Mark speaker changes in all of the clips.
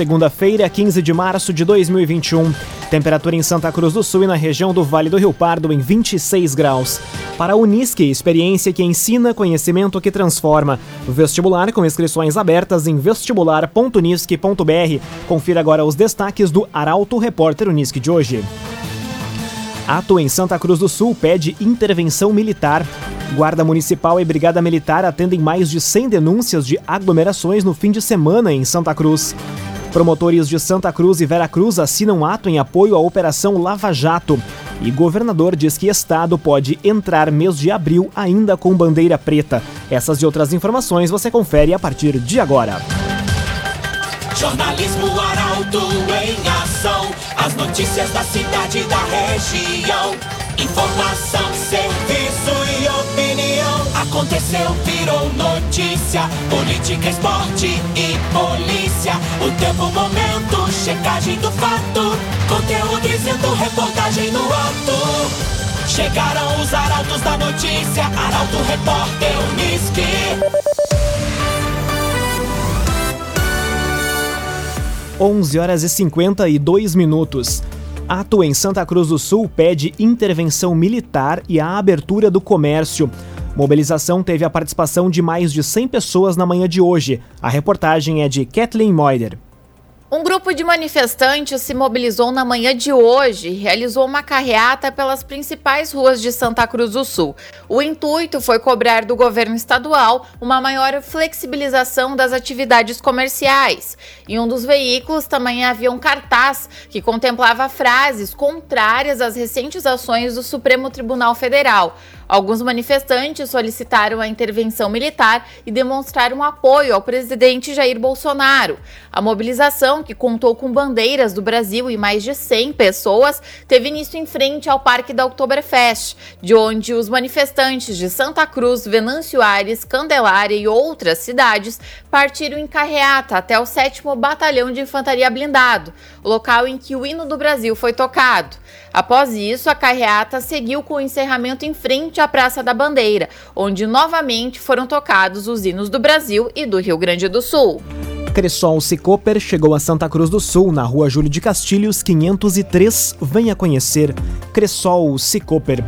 Speaker 1: segunda-feira, 15 de março de 2021. Temperatura em Santa Cruz do Sul e na região do Vale do Rio Pardo em 26 graus. Para a Unisque, experiência que ensina, conhecimento que transforma. Vestibular com inscrições abertas em vestibular.unisque.br. Confira agora os destaques do Arauto Repórter Unisque de hoje. Ato em Santa Cruz do Sul pede intervenção militar. Guarda Municipal e Brigada Militar atendem mais de 100 denúncias de aglomerações no fim de semana em Santa Cruz. Promotores de Santa Cruz e Veracruz assinam ato em apoio à Operação Lava Jato. E governador diz que estado pode entrar mês de abril ainda com bandeira preta. Essas e outras informações você confere a partir de agora.
Speaker 2: Jornalismo Arauto em ação. As notícias da cidade e da região. Informação, serviço e opinião. Aconteceu, virou notícia. Política, esporte e polícia. O tempo, momento, checagem do fato. Conteúdo dizendo, reportagem no ato. Chegaram os arautos da notícia. Arauto Repórter Unisque.
Speaker 1: 11h52. Ato em Santa Cruz do Sul pede intervenção militar e a abertura do comércio. Mobilização teve a participação de mais de 100 pessoas na manhã de hoje. A reportagem é de Kathleen Moider.
Speaker 3: Um grupo de manifestantes se mobilizou na manhã de hoje e realizou uma carreata pelas principais ruas de Santa Cruz do Sul. O intuito foi cobrar do governo estadual uma maior flexibilização das atividades comerciais. Em um dos veículos também havia um cartaz que contemplava frases contrárias às recentes ações do Supremo Tribunal Federal. Alguns manifestantes solicitaram a intervenção militar e demonstraram apoio ao presidente Jair Bolsonaro. A mobilização, que contou com bandeiras do Brasil e mais de 100 pessoas, teve início em frente ao Parque da Oktoberfest, de onde os manifestantes de Santa Cruz, Venâncio Aires, Candelária e outras cidades partiram em carreata até o 7º Batalhão de Infantaria Blindado, o local em que o hino do Brasil foi tocado. Após isso, a carreata seguiu com o encerramento em frente à Praça da Bandeira, onde novamente foram tocados os hinos do Brasil e do Rio Grande do Sul.
Speaker 1: Cressol Cicoper chegou a Santa Cruz do Sul, na Rua Júlio de Castilhos, 503. Venha conhecer Cressol Cicoper.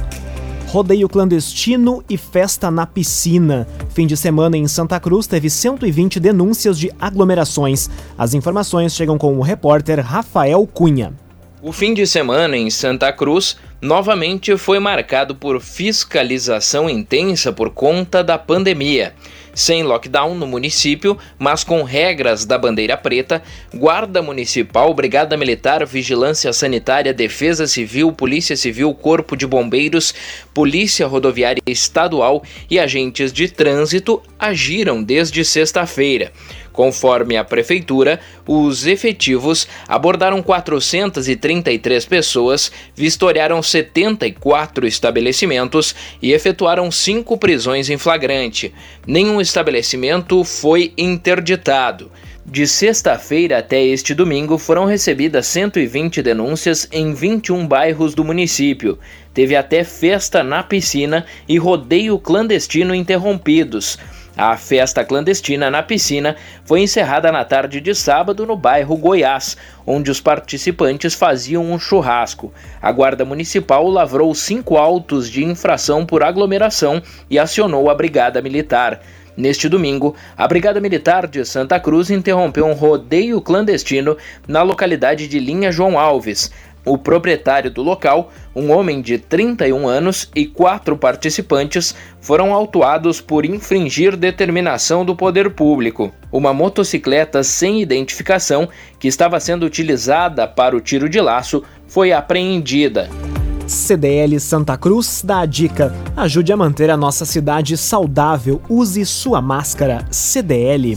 Speaker 1: Rodeio clandestino e festa na piscina. Fim de semana em Santa Cruz teve 120 denúncias de aglomerações. As informações chegam com o repórter Rafael Cunha.
Speaker 4: O fim de semana em Santa Cruz novamente foi marcado por fiscalização intensa por conta da pandemia. Sem lockdown no município, mas com regras da bandeira preta, Guarda Municipal, Brigada Militar, Vigilância Sanitária, Defesa Civil, Polícia Civil, Corpo de Bombeiros, Polícia Rodoviária Estadual e agentes de trânsito agiram desde sexta-feira. Conforme a Prefeitura, os efetivos abordaram 433 pessoas, vistoriaram 74 estabelecimentos e efetuaram 5 prisões em flagrante. Nenhum estabelecimento foi interditado. De sexta-feira até este domingo foram recebidas 120 denúncias em 21 bairros do município. Teve até festa na piscina e rodeio clandestino interrompidos. A festa clandestina na piscina foi encerrada na tarde de sábado no bairro Goiás, onde os participantes faziam um churrasco. A Guarda Municipal lavrou 5 autos de infração por aglomeração e acionou a Brigada Militar. Neste domingo, a Brigada Militar de Santa Cruz interrompeu um rodeio clandestino na localidade de Linha João Alves. O proprietário do local, um homem de 31 anos e 4 participantes foram autuados por infringir determinação do poder público. Uma motocicleta sem identificação, que estava sendo utilizada para o tiro de laço, foi apreendida.
Speaker 1: CDL Santa Cruz dá a dica: ajude a manter a nossa cidade saudável, use sua máscara. CDL.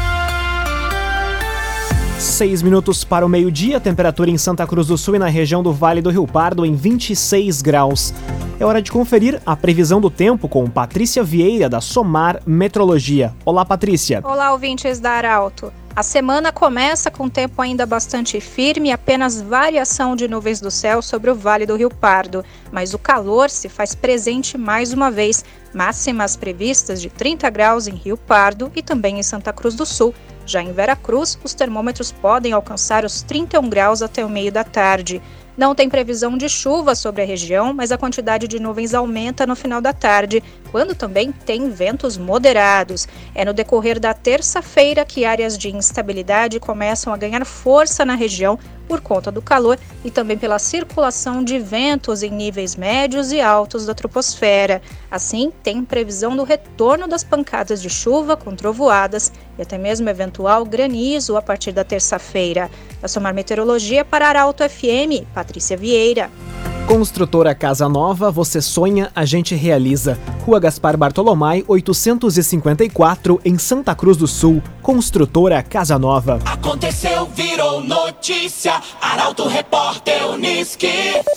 Speaker 1: 6 minutos para o meio-dia, temperatura em Santa Cruz do Sul e na região do Vale do Rio Pardo em 26 graus. É hora de conferir a previsão do tempo com Patrícia Vieira, da Somar Metrologia. Olá, Patrícia.
Speaker 5: Olá, ouvintes da Arauto. A semana começa com tempo ainda bastante firme e apenas variação de nuvens do céu sobre o Vale do Rio Pardo. Mas o calor se faz presente mais uma vez. Máximas previstas de 30 graus em Rio Pardo e também em Santa Cruz do Sul. Já em Veracruz, os termômetros podem alcançar os 31 graus até o meio da tarde. Não tem previsão de chuva sobre a região, mas a quantidade de nuvens aumenta no final da tarde, quando também tem ventos moderados. É no decorrer da terça-feira que áreas de instabilidade começam a ganhar força na região por conta do calor e também pela circulação de ventos em níveis médios e altos da troposfera. Assim, tem previsão do retorno das pancadas de chuva com trovoadas e até mesmo eventual granizo a partir da terça-feira. Da Somar Meteorologia para Arauto FM, Patrícia Vieira.
Speaker 1: Construtora Casa Nova, você sonha, a gente realiza. Rua Gaspar Bartolomé, 854, em Santa Cruz do Sul. Construtora Casa Nova.
Speaker 2: Aconteceu, virou notícia. Arauto Repórter Unisque.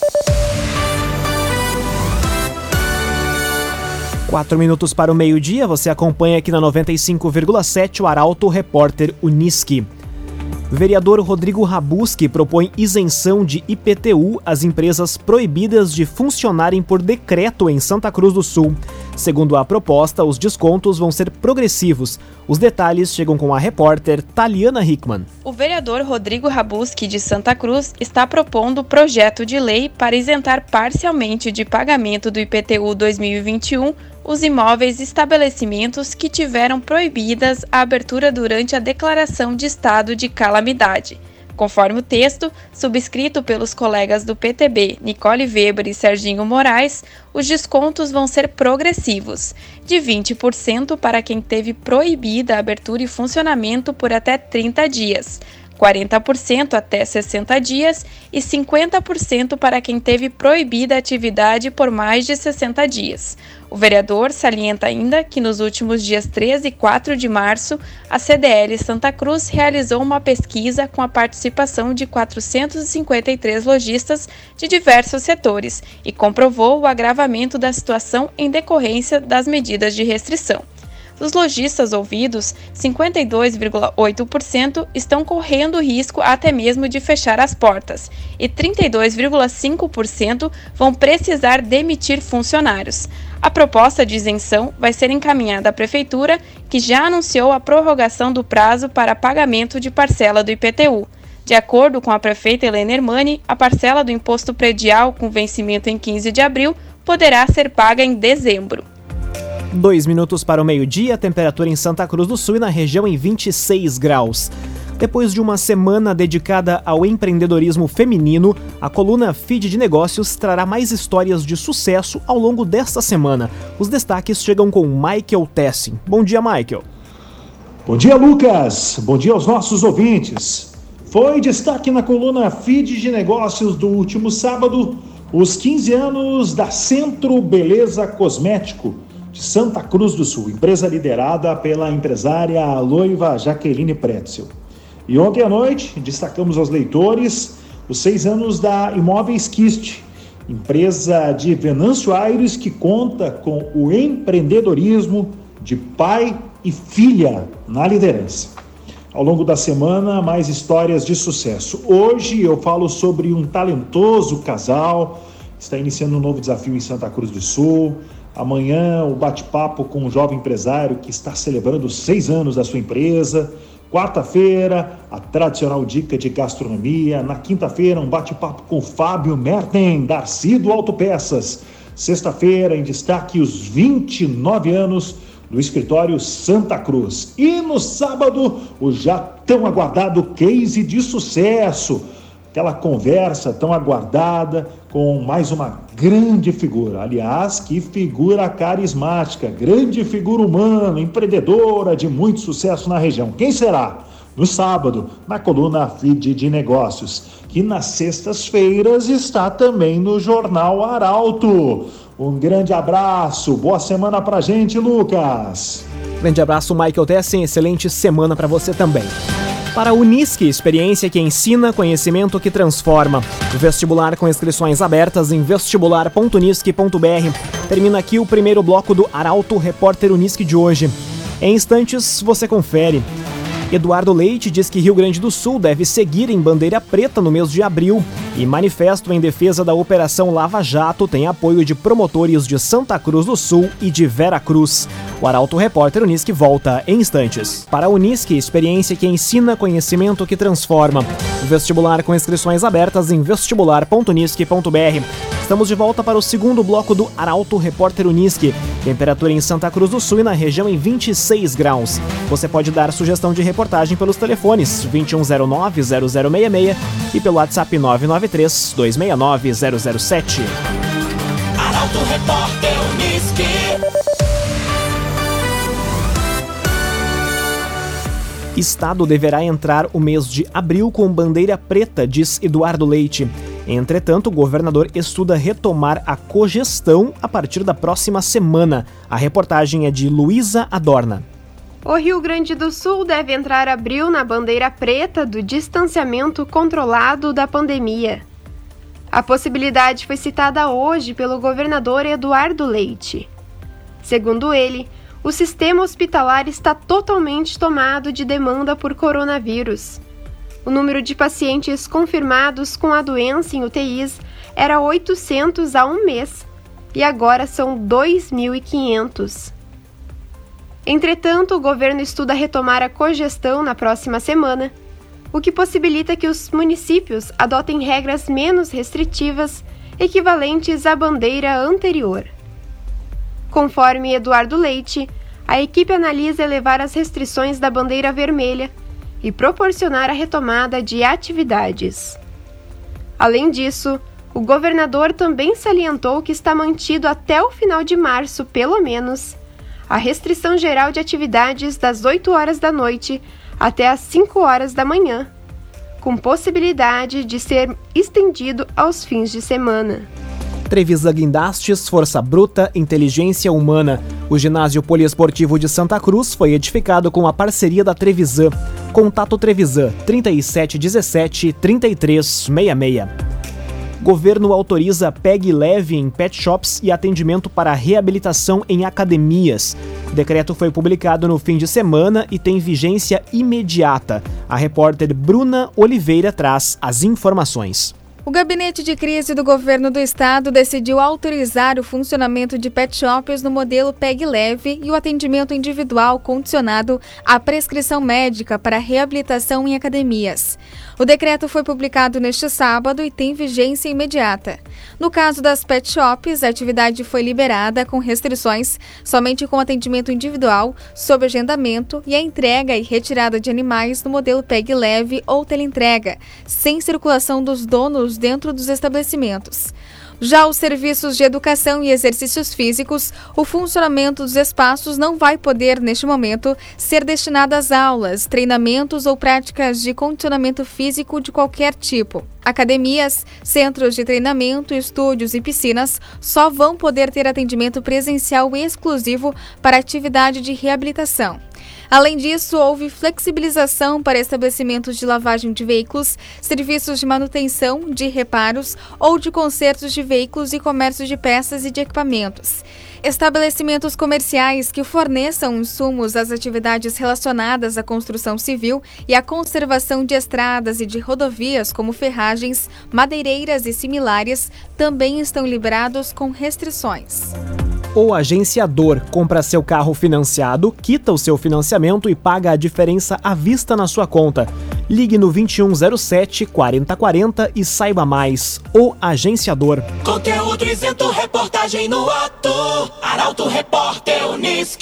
Speaker 1: 4 minutos para o meio-dia, você acompanha aqui na 95,7 o Arauto Repórter Unisque. Vereador Rodrigo Rabuski propõe isenção de IPTU às empresas proibidas de funcionarem por decreto em Santa Cruz do Sul. Segundo a proposta, os descontos vão ser progressivos. Os detalhes chegam com a repórter Taliana Hickman.
Speaker 6: O vereador Rodrigo Rabuski, de Santa Cruz, está propondo projeto de lei para isentar parcialmente de pagamento do IPTU 2021 os imóveis e estabelecimentos que tiveram proibidas a abertura durante a declaração de estado de calamidade. Conforme o texto, subscrito pelos colegas do PTB, Nicole Weber e Serginho Moraes, os descontos vão ser progressivos, de 20% para quem teve proibida a abertura e funcionamento por até 30 dias, 40% até 60 dias e 50% para quem teve proibida a atividade por mais de 60 dias. O vereador salienta ainda que nos últimos dias 13 e 4 de março, a CDL Santa Cruz realizou uma pesquisa com a participação de 453 lojistas de diversos setores e comprovou o agravamento da situação em decorrência das medidas de restrição. Dos lojistas ouvidos, 52,8% estão correndo risco até mesmo de fechar as portas e 32,5% vão precisar demitir funcionários. A proposta de isenção vai ser encaminhada à Prefeitura, que já anunciou a prorrogação do prazo para pagamento de parcela do IPTU. De acordo com a prefeita Helena Hermani, a parcela do imposto predial com vencimento em 15 de abril poderá ser paga em dezembro.
Speaker 1: 2 minutos para o meio-dia, temperatura em Santa Cruz do Sul e na região em 26 graus. Depois de uma semana dedicada ao empreendedorismo feminino, a coluna Feed de Negócios trará mais histórias de sucesso ao longo desta semana. Os destaques chegam com Michael Tessin. Bom dia, Michael.
Speaker 7: Bom dia, Lucas. Bom dia aos nossos ouvintes. Foi destaque na coluna Feed de Negócios do último sábado os 15 anos da Centro Beleza Cosmético de Santa Cruz do Sul, empresa liderada pela empresária Loiva Jaqueline Pretzel. E ontem à noite destacamos aos leitores os 6 anos da Imóveis Kist, empresa de Venâncio Aires que conta com o empreendedorismo de pai e filha na liderança. Ao longo da semana, mais histórias de sucesso. Hoje eu falo sobre um talentoso casal que está iniciando um novo desafio em Santa Cruz do Sul. Amanhã, o bate-papo com um jovem empresário que está celebrando os 6 anos da sua empresa. Quarta-feira, a tradicional dica de gastronomia. Na quinta-feira, um bate-papo com Fábio Merten, Darcy do Autopeças. Sexta-feira, em destaque, os 29 anos do escritório Santa Cruz. E no sábado, o já tão aguardado case de sucesso. Aquela conversa tão aguardada com mais uma grande figura. Aliás, que figura carismática, grande figura humana, empreendedora de muito sucesso na região. Quem será? No sábado, na coluna Feed de Negócios, que nas sextas-feiras está também no Jornal Arauto. Um grande abraço, boa semana pra gente, Lucas.
Speaker 1: Grande abraço, Michael Tessin, excelente semana para você também. Para a Unisque, experiência que ensina, conhecimento que transforma. O vestibular com inscrições abertas em vestibular.unisque.br. Termina aqui o primeiro bloco do Arauto Repórter Unisque de hoje. Em instantes, você confere. Eduardo Leite diz que Rio Grande do Sul deve seguir em bandeira preta no mês de abril e manifesto em defesa da Operação Lava Jato tem apoio de promotores de Santa Cruz do Sul e de Veracruz. O Arauto Repórter Unisque volta em instantes. Para a Unisque, experiência que ensina, conhecimento que transforma. Vestibular com inscrições abertas em vestibular.unisque.br. Estamos de volta para o segundo bloco do Arauto Repórter Unisque. Temperatura em Santa Cruz do Sul e na região em 26 graus. Você pode dar sugestão de reportagem pelos telefones 2109-0066 e pelo WhatsApp 993-269-007.
Speaker 2: Arauto Repórter Unisque.
Speaker 1: Estado deverá entrar o mês de abril com bandeira preta, diz Eduardo Leite. Entretanto, o governador estuda retomar a cogestão a partir da próxima semana. A reportagem é de Luísa Adorna.
Speaker 8: O Rio Grande do Sul deve entrar abril na bandeira preta do distanciamento controlado da pandemia. A possibilidade foi citada hoje pelo governador Eduardo Leite. Segundo ele, o sistema hospitalar está totalmente tomado de demanda por coronavírus. O número de pacientes confirmados com a doença em UTIs era 800 há um mês e agora são 2.500. Entretanto, o governo estuda retomar a cogestão na próxima semana, o que possibilita que os municípios adotem regras menos restritivas equivalentes à bandeira anterior. Conforme Eduardo Leite, a equipe analisa elevar as restrições da bandeira vermelha e proporcionar a retomada de atividades. Além disso, o governador também salientou que está mantido até o final de março, pelo menos, a restrição geral de atividades das 8 horas da noite até as 5 horas da manhã, com possibilidade de ser estendido aos fins de semana.
Speaker 1: Trevisan Guindastes, Força Bruta, Inteligência Humana. O ginásio poliesportivo de Santa Cruz foi edificado com a parceria da Trevisan. Contato Trevisan 3717-3366. Governo autoriza pegue leve em pet shops e atendimento para reabilitação em academias. O decreto foi publicado no fim de semana e tem vigência imediata. A repórter Bruna Oliveira traz as informações.
Speaker 9: O Gabinete de Crise do Governo do Estado decidiu autorizar o funcionamento de pet shops no modelo PEG Leve e o atendimento individual condicionado à prescrição médica para reabilitação em academias. O decreto foi publicado neste sábado e tem vigência imediata. No caso das pet shops, a atividade foi liberada com restrições somente com atendimento individual, sob agendamento e a entrega e retirada de animais no modelo PEG Leve ou teleentrega, sem circulação dos donos dentro dos estabelecimentos. Já os serviços de educação e exercícios físicos, o funcionamento dos espaços não vai poder, neste momento, ser destinado às aulas, treinamentos ou práticas de condicionamento físico de qualquer tipo. Academias, centros de treinamento, estúdios e piscinas só vão poder ter atendimento presencial exclusivo para atividade de reabilitação. Além disso, houve flexibilização para estabelecimentos de lavagem de veículos, serviços de manutenção, de reparos ou de consertos de veículos e comércio de peças e de equipamentos. Estabelecimentos comerciais que forneçam insumos às atividades relacionadas à construção civil e à conservação de estradas e de rodovias, como ferragens, madeireiras e similares, também estão liberados com restrições.
Speaker 1: O agenciador compra seu carro financiado, quita o seu financiamento e paga a diferença à vista na sua conta. Ligue no 2107-4040 e saiba mais. O Agenciador.
Speaker 2: Conteúdo isento, reportagem no ato. Arauto Repórter Unisque.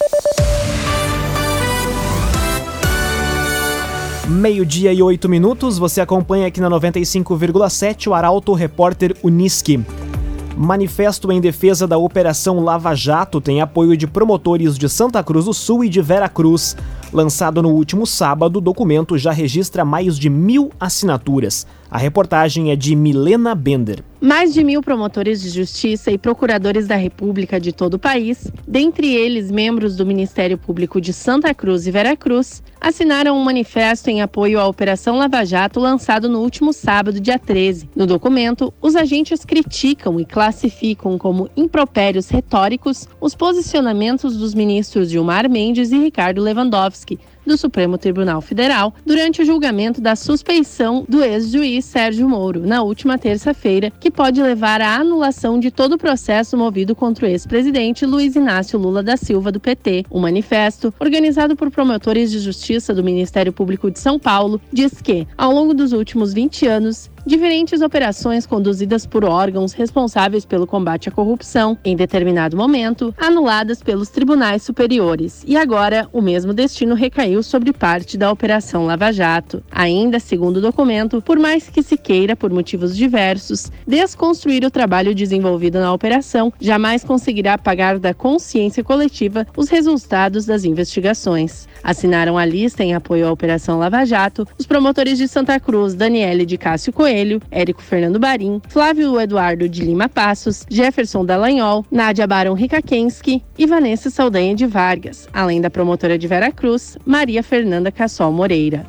Speaker 1: Meio-dia e 8 minutos, você acompanha aqui na 95,7 o Arauto Repórter Unisque. Manifesto em defesa da Operação Lava Jato tem apoio de promotores de Santa Cruz do Sul e de Veracruz. Lançado no último sábado, o documento já registra mais de 1.000 assinaturas. A reportagem é de Milena Bender.
Speaker 10: Mais de 1.000 promotores de justiça e procuradores da República de todo o país, dentre eles membros do Ministério Público de Santa Cruz e Veracruz, assinaram um manifesto em apoio à Operação Lava Jato lançado no último sábado, dia 13. No documento, os agentes criticam e classificam como impropérios retóricos os posicionamentos dos ministros Gilmar Mendes e Ricardo Lewandowski do Supremo Tribunal Federal durante o julgamento da suspeição do ex-juiz Sérgio Moro, na última terça-feira, que pode levar à anulação de todo o processo movido contra o ex-presidente Luiz Inácio Lula da Silva, do PT. O manifesto, organizado por promotores de justiça do Ministério Público de São Paulo, diz que, ao longo dos últimos 20 anos, diferentes operações conduzidas por órgãos responsáveis pelo combate à corrupção, em determinado momento, anuladas pelos tribunais superiores. E agora, o mesmo destino recaiu sobre parte da Operação Lava Jato. Ainda, segundo o documento, por mais que se queira, por motivos diversos, desconstruir o trabalho desenvolvido na operação, jamais conseguirá apagar da consciência coletiva os resultados das investigações. Assinaram a lista em apoio à Operação Lava Jato os promotores de Santa Cruz, Daniele de Cássio Coelho, Érico Fernando Barim, Flávio Eduardo de Lima Passos, Jefferson Dallagnol, Nádia Barão Rikakensky e Vanessa Saldanha de Vargas, além da promotora de Veracruz, Maria Fernanda Cassol Moreira.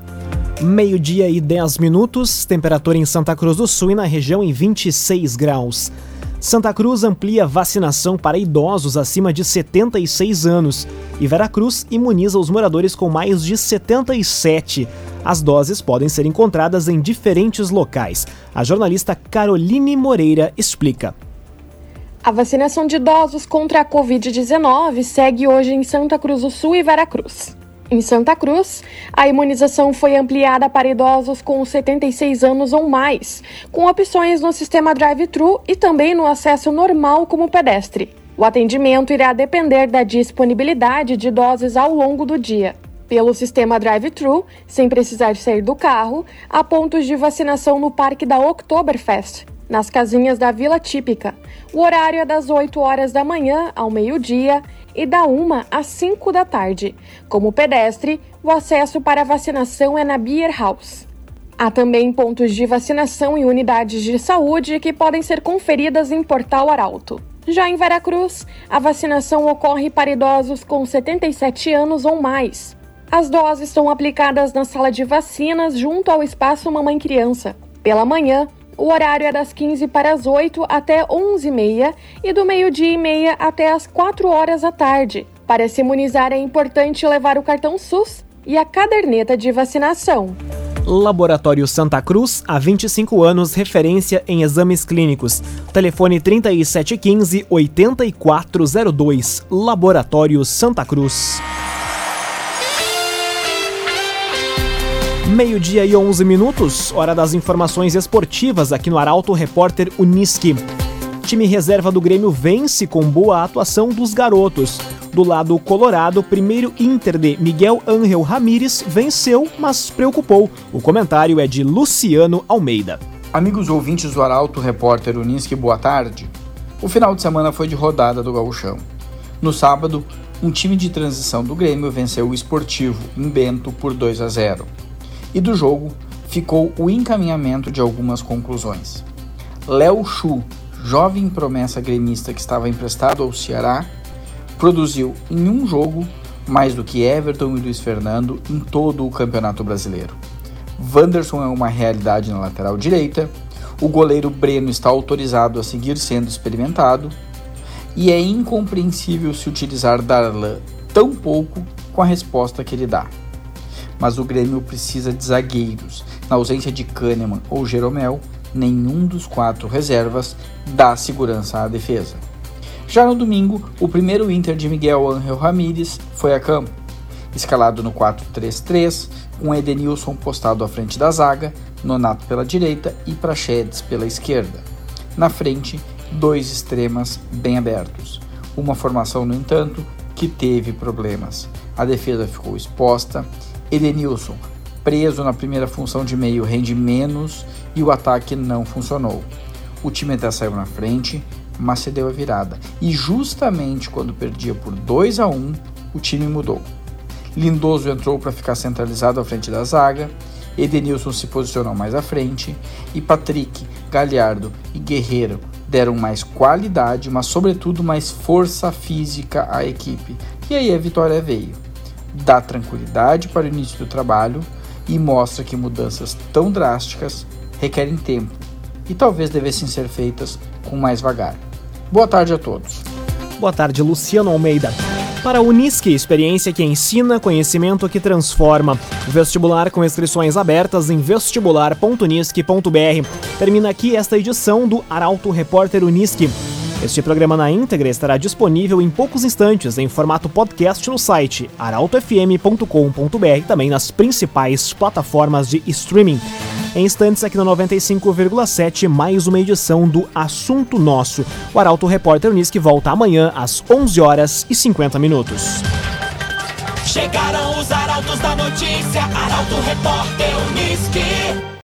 Speaker 1: 12:10, temperatura em Santa Cruz do Sul e na região em 26 graus. Santa Cruz amplia vacinação para idosos acima de 76 anos e Veracruz imuniza os moradores com mais de 77. As doses podem ser encontradas em diferentes locais. A jornalista Caroline Moreira explica.
Speaker 11: A vacinação de idosos contra a Covid-19 segue hoje em Santa Cruz do Sul e Veracruz. Em Santa Cruz, a imunização foi ampliada para idosos com 76 anos ou mais, com opções no sistema drive-thru e também no acesso normal como pedestre. O atendimento irá depender da disponibilidade de doses ao longo do dia. Pelo sistema drive-thru, sem precisar sair do carro, há pontos de vacinação no Parque da Oktoberfest, nas casinhas da Vila Típica. O horário é das 8 horas da manhã ao meio-dia e da 1 às 5 da tarde. Como pedestre, o acesso para a vacinação é na Beer House. Há também pontos de vacinação em unidades de saúde que podem ser conferidas em Portal Arauto. Já em Veracruz, a vacinação ocorre para idosos com 77 anos ou mais. As doses são aplicadas na sala de vacinas junto ao espaço Mamãe Criança. Pela manhã, o horário é das 15 para as 8 até 11h30 e do meio-dia e meia até as 4 horas da tarde. Para se imunizar é importante levar o cartão SUS e a caderneta de vacinação.
Speaker 1: Laboratório Santa Cruz, há 25 anos, referência em exames clínicos. Telefone 3715-8402. Laboratório Santa Cruz. 12:11, hora das informações esportivas aqui no Arauto Repórter Unisque. Time reserva do Grêmio vence com boa atuação dos garotos. Do lado colorado, primeiro Inter de Miguel Ángel Ramírez venceu, mas preocupou. O comentário é de Luciano Almeida.
Speaker 12: Amigos ouvintes do Arauto Repórter Unisque, boa tarde. O final de semana foi de rodada do Gauchão. No sábado, um time de transição do Grêmio venceu o Esportivo em Bento por 2-0. E do jogo ficou o encaminhamento de algumas conclusões. Léo Chu, jovem promessa gremista que estava emprestado ao Ceará, produziu em um jogo mais do que Everton e Luiz Fernando em todo o Campeonato Brasileiro. Wanderson é uma realidade na lateral direita, o goleiro Breno está autorizado a seguir sendo experimentado e é incompreensível se utilizar Darlan tão pouco com a resposta que ele dá. Mas o Grêmio precisa de zagueiros. Na ausência de Kahneman ou Jeromel, nenhum dos 4 reservas dá segurança à defesa. Já no domingo, o primeiro Inter de Miguel Ángel Ramírez foi a campo. Escalado no 4-3-3, com Edenilson postado à frente da zaga, Nonato pela direita e Praxedes pela esquerda. Na frente, 2 extremas bem abertos. Uma formação, no entanto, que teve problemas. A defesa ficou exposta, Edenilson, preso na primeira função de meio, rende menos e o ataque não funcionou. O time até saiu na frente, mas cedeu a virada. E justamente quando perdia por 2-1, o time mudou. Lindoso entrou para ficar centralizado à frente da zaga, Edenilson se posicionou mais à frente e Patrick, Galhardo e Guerreiro deram mais qualidade, mas sobretudo mais força física à equipe. E aí a vitória veio. Dá tranquilidade para o início do trabalho e mostra que mudanças tão drásticas requerem tempo e talvez devessem ser feitas com mais vagar. Boa tarde a todos.
Speaker 1: Boa tarde, Luciano Almeida. Para a Unisque, experiência que ensina, conhecimento que transforma. Vestibular com inscrições abertas em vestibular.unisque.br. Termina aqui esta edição do Arauto Repórter Unisque. Este programa na íntegra estará disponível em poucos instantes em formato podcast no site arautofm.com.br e também nas principais plataformas de streaming. Em instantes aqui no 95,7, mais uma edição do Assunto Nosso. O Arauto Repórter Unisque volta amanhã às 11h50.
Speaker 2: Chegaram os arautos da notícia, Arauto Repórter Unisque.